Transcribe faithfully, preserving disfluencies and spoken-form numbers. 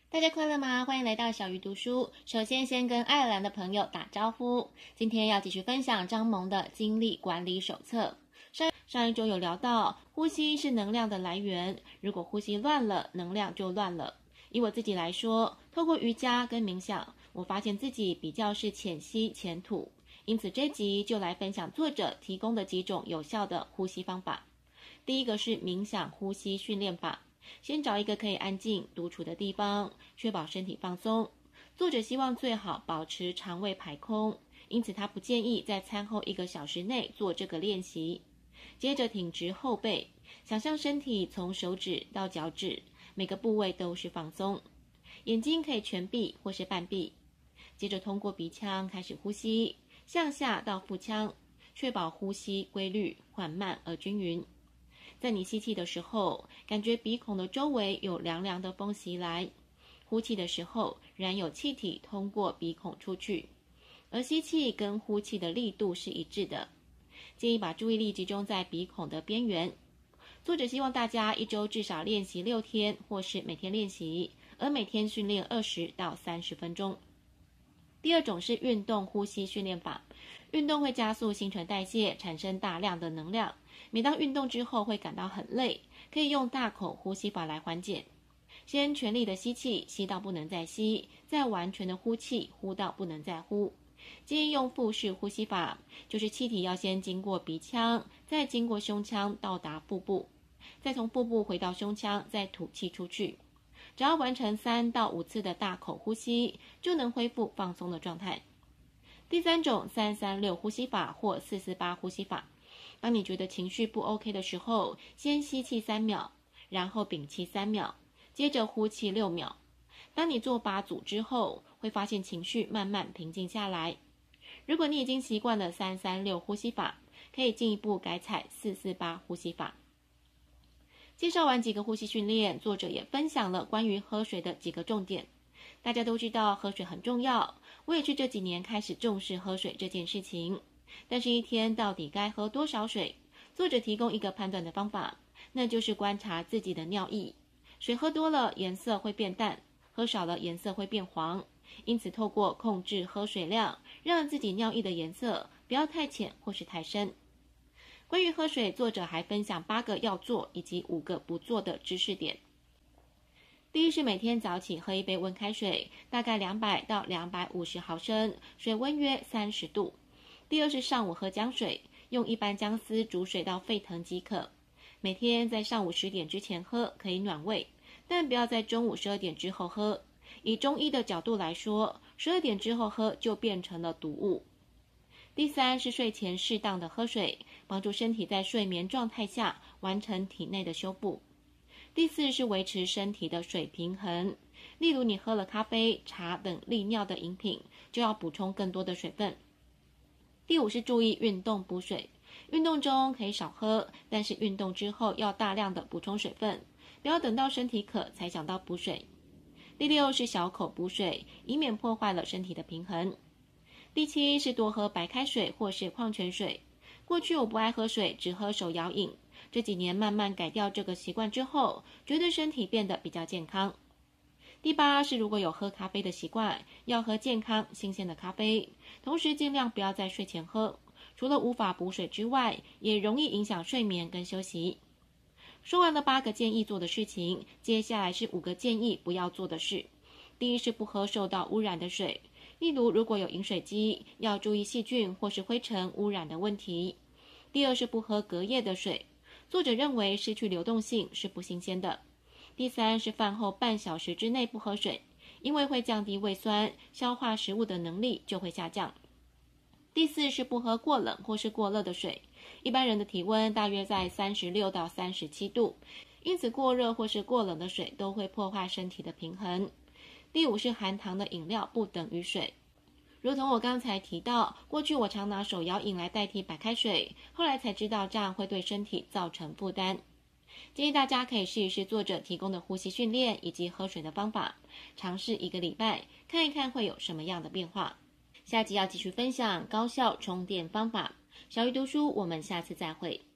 大家快乐吗？欢迎来到小鱼读书。首先，先跟爱尔兰的朋友打招呼。今天要继续分享张蒙的精力管理手册。上上一周有聊到，呼吸是能量的来源，如果呼吸乱了，能量就乱了。以我自己来说，透过瑜伽跟冥想，我发现自己比较是浅吸浅吐，因此这集就来分享作者提供的几种有效的呼吸方法。第一个是冥想呼吸训练法。先找一个可以安静独处的地方，确保身体放松。作者希望最好保持肠胃排空，因此他不建议在餐后一个小时内做这个练习。接着挺直后背，想象身体从手指到脚趾，每个部位都是放松。眼睛可以全闭或是半闭。接着通过鼻腔开始呼吸，向下到腹腔，确保呼吸规律、缓慢而均匀。在你吸气的时候，感觉鼻孔的周围有凉凉的风袭来；呼气的时候，仍有气体通过鼻孔出去，而吸气跟呼气的力度是一致的。建议把注意力集中在鼻孔的边缘。作者希望大家一周至少练习六天，或是每天练习，而每天训练二十到三十分钟。第二种是运动呼吸训练法。运动会加速新陈代谢，产生大量的能量。每当运动之后会感到很累，可以用大口呼吸法来缓解。先全力的吸气，吸到不能再吸，再完全的呼气，呼到不能再呼。建议用腹式呼吸法，就是气体要先经过鼻腔，再经过胸腔到达腹部，再从腹部回到胸腔，再吐气出去。只要完成三到五次的大口呼吸，就能恢复放松的状态。第三种三三六呼吸法或四四八呼吸法。当你觉得情绪不 OK 的时候，先吸气三秒，然后屏气三秒，接着呼气六秒。当你做八组之后，会发现情绪慢慢平静下来。如果你已经习惯了三三六呼吸法，可以进一步改采四四八呼吸法。介绍完几个呼吸训练，作者也分享了关于喝水的几个重点。大家都知道喝水很重要，我也是这几年开始重视喝水这件事情。但是一天到底该喝多少水？作者提供一个判断的方法，那就是观察自己的尿液。水喝多了颜色会变淡，喝少了颜色会变黄，因此透过控制喝水量，让自己尿液的颜色不要太浅或是太深。关于喝水，作者还分享八个要做以及五个不做的知识点。第一是每天早起喝一杯温开水，大概两百到两百五十毫升，水温约三十度。第二是上午喝姜水，用一般姜丝煮水到沸腾即可。每天在上午十点之前喝，可以暖胃，但不要在中午十二点之后喝。以中医的角度来说，十二点之后喝就变成了毒物。第三是睡前适当的喝水，帮助身体在睡眠状态下完成体内的修复。第四是维持身体的水平衡，例如你喝了咖啡、茶等利尿的饮品，就要补充更多的水分。第五是注意运动补水，运动中可以少喝，但是运动之后要大量的补充水分，不要等到身体渴才想到补水。第六是小口补水，以免破坏了身体的平衡。第七是多喝白开水或是矿泉水。过去我不爱喝水，只喝手摇饮，这几年慢慢改掉这个习惯之后，觉得身体变得比较健康。第八是如果有喝咖啡的习惯，要喝健康新鲜的咖啡，同时尽量不要在睡前喝，除了无法补水之外，也容易影响睡眠跟休息。说完了八个建议做的事情，接下来是五个建议不要做的事。第一是不喝受到污染的水，例如如果有饮水机，要注意细菌或是灰尘污染的问题。第二是不喝隔夜的水，作者认为失去流动性是不新鲜的。第三是饭后半小时之内不喝水，因为会降低胃酸，消化食物的能力就会下降。第四是不喝过冷或是过热的水，一般人的体温大约在三十六到三十七度，因此过热或是过冷的水都会破坏身体的平衡。第五是含糖的饮料不等于水，如同我刚才提到，过去我常拿手摇饮来代替白开水，后来才知道这样会对身体造成负担。建议大家可以试一试作者提供的呼吸训练以及喝水的方法，尝试一个礼拜，看一看会有什么样的变化。下集要继续分享高效充电方法。小鱼读书，我们下次再会。